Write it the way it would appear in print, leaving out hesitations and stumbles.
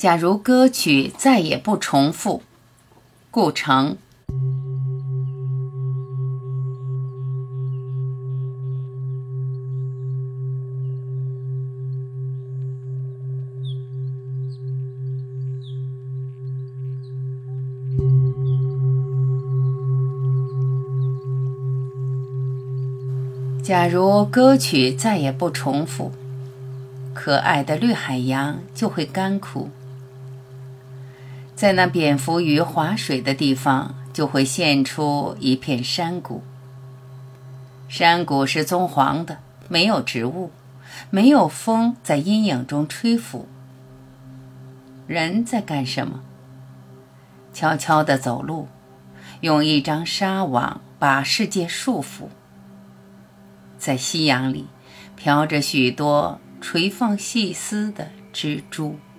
假如歌曲再也不重复，顾城。假如歌曲再也不重复，可爱的绿海洋就会干枯。在那蝙蝠鱼划水的地方，就会现出一片山谷。山谷是棕黄的，没有植物，没有风在阴影中吹拂。人在干什么？悄悄地走路，用一张纱网把世界束缚。在夕阳里飘着许多垂放细丝的蜘蛛。